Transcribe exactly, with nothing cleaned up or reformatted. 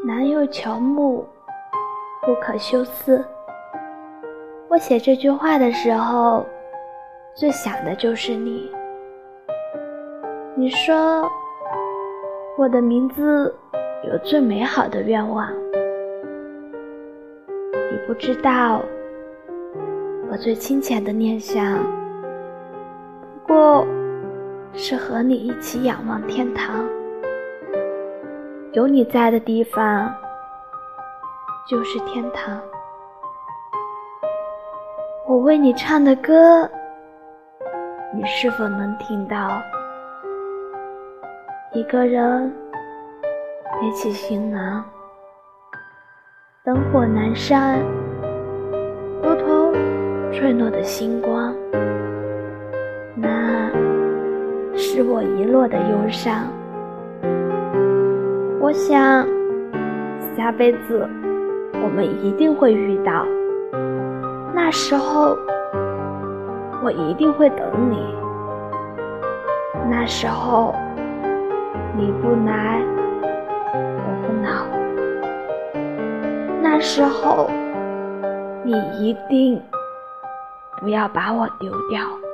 南有乔木，不可休思。我写这句话的时候，最想的就是你。你说我的名字有最美好的愿望，你不知道我最亲切的念想，不过是和你一起仰望天堂。有你在的地方就是天堂。我为你唱的歌，你是否能听到？一个人背起行囊，灯火阑珊，如同坠落的星光，那是我遗落的忧伤。我想下辈子我们一定会遇到，那时候我一定会等你，那时候你不来我不恼，那时候你一定不要把我丢掉。